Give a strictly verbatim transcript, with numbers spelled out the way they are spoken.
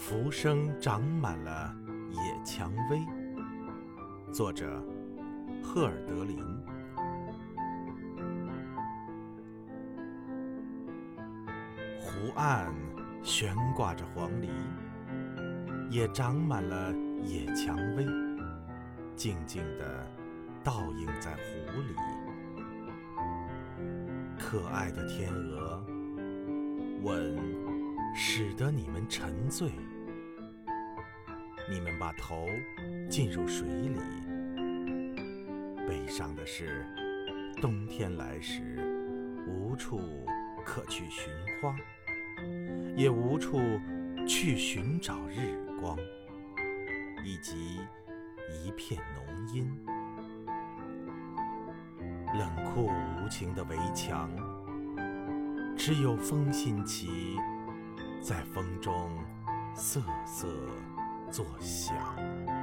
浮生长满了野蔷薇。作者赫尔德林。湖岸悬挂着黄鹂，也长满了野蔷薇，静静地倒映在湖里。可爱的天鹅，吻使得你们沉醉，你们把头浸入水里。悲伤的是，冬天来时，无处可去寻花，也无处去寻找日光，以及一片浓阴。冷酷无情的围墙，只有风信旗在风中瑟瑟作响。